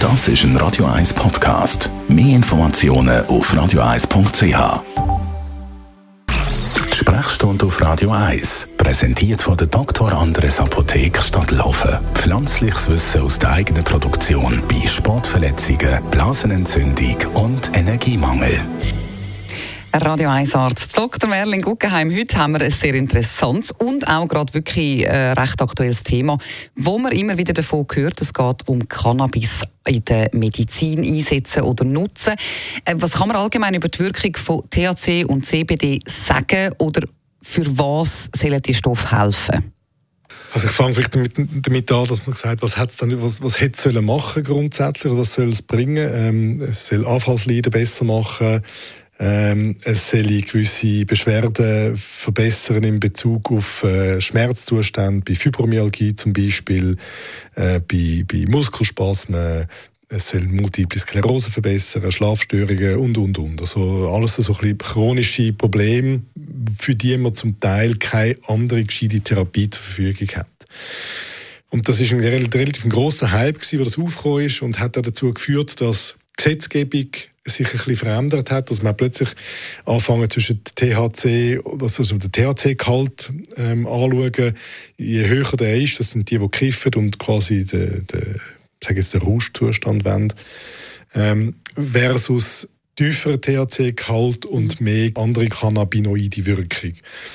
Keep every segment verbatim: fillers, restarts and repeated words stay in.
Das ist ein Radio eins Podcast. Mehr Informationen auf radio eins punkt c h. Die Sprechstunde auf Radio eins, präsentiert von der Doktor Andres Apotheke Stadtlaufen. Pflanzliches Wissen aus der eigenen Produktion bei Sportverletzungen, Blasenentzündung und Energiemangel. Radio eins Arzt Doktor Merlin Guggenheim. Heute haben wir ein sehr interessantes und auch gerade wirklich äh, recht aktuelles Thema, wo man immer wieder davon hört, es geht um Cannabis in der Medizin einsetzen oder nutzen. Äh, was kann man allgemein über die Wirkung von T H C und C B D sagen oder für was sollen die Stoffe helfen? Also ich fange vielleicht damit, damit an, dass man gesagt, was hat's dann, was, was hätte sollen machen grundsätzlich, oder was soll es bringen? Ähm, es soll Anfallsleiden besser machen. Ähm, es soll gewisse Beschwerden verbessern in Bezug auf äh, Schmerzzustände, bei Fibromyalgie zum Beispiel, äh, bei, bei Muskelspasmen. Es soll Multiple Sklerose verbessern, Schlafstörungen und, und, und. Also alles so ein bisschen chronische Probleme, für die man zum Teil keine andere gescheite Therapie zur Verfügung hat. Und das war ein relativ grosser Hype, der das aufgekommen ist und hat auch dazu geführt, dass die Gesetzgebung sich ein bisschen verändert hat, dass man plötzlich anfangen zwischen T H C, also den T H C-Gehalt ähm, anschauen. Je höher der ist, das sind die, die kiffen und quasi den, den, sage jetzt den Rauschzustand wollen, ähm, versus tieferer T H C-Gehalt und mehr andere cannabinoide Wirkung.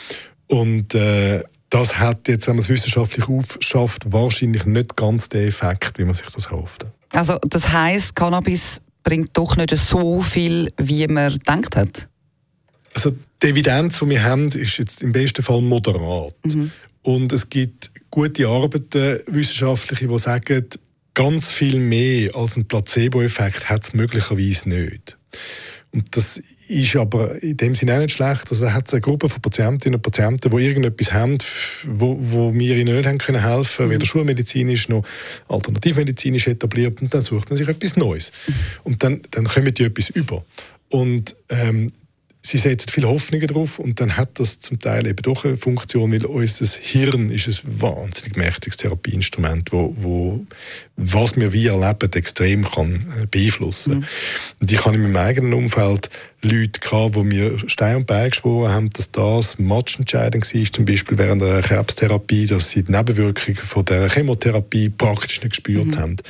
Und äh, das hat jetzt, wenn man es wissenschaftlich aufschafft, wahrscheinlich nicht ganz den Effekt, wie man sich das erhofft hat. Also das heisst, Cannabis bringt doch nicht so viel, wie man gedacht hat? Also die Evidenz, die wir haben, ist jetzt im besten Fall moderat. Mhm. Und es gibt gute Arbeiten, wissenschaftliche, die sagen, ganz viel mehr als ein Placebo-Effekt hat es möglicherweise nicht. Und das ist aber in dem Sinne auch nicht schlecht. Also hat es eine Gruppe von Patientinnen und Patienten, die irgendetwas haben, wo, wo wir ihnen nicht haben können helfen, mhm. weder schulmedizinisch noch alternativmedizinisch etabliert. Und dann sucht man sich etwas Neues. Mhm. Und dann, dann kommen die etwas über. Und ähm, sie setzen viele Hoffnungen drauf und dann hat das zum Teil eben doch eine Funktion, weil unser Hirn ist ein wahnsinnig mächtiges Therapieinstrument, wo, wo was wir wie erleben, extrem kann beeinflussen. Mhm. Und ich habe in meinem eigenen Umfeld Leute gehabt, die mir Stein und Bein geschworen haben, dass das matchentscheidend war, zum Beispiel während einer Krebstherapie, dass sie die Nebenwirkungen von der Chemotherapie praktisch nicht gespürt mhm. haben.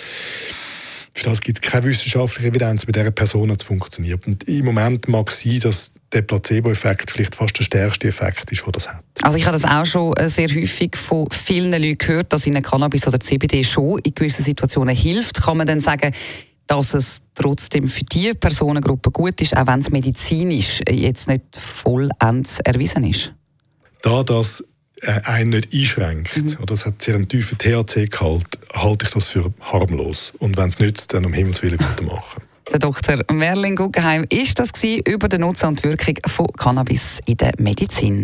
Für das gibt es keine wissenschaftliche Evidenz, bei dieser Person hat es funktioniert. Und im Moment mag es sein, dass der Placebo-Effekt vielleicht fast der stärkste Effekt ist, den das hat. Also ich habe das auch schon sehr häufig von vielen Leuten gehört, dass ihnen Cannabis oder C B D schon in gewissen Situationen hilft. Kann man dann sagen, dass es trotzdem für diese Personengruppe gut ist, auch wenn es medizinisch jetzt nicht vollends erwiesen ist? Da das einen nicht einschränkt, mhm. oder es hat sehr einen tiefen T H C-Gehalt, halte ich das für harmlos. Und wenn es nützt, dann um Himmels Willen weitermachen. Der Doktor Merlin Guggenheim ist das gewesen, über den Nutzen und Wirkung von Cannabis in der Medizin.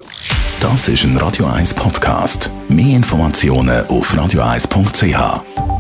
Das ist ein Radio eins Podcast. Mehr Informationen auf radio eins punkt c h.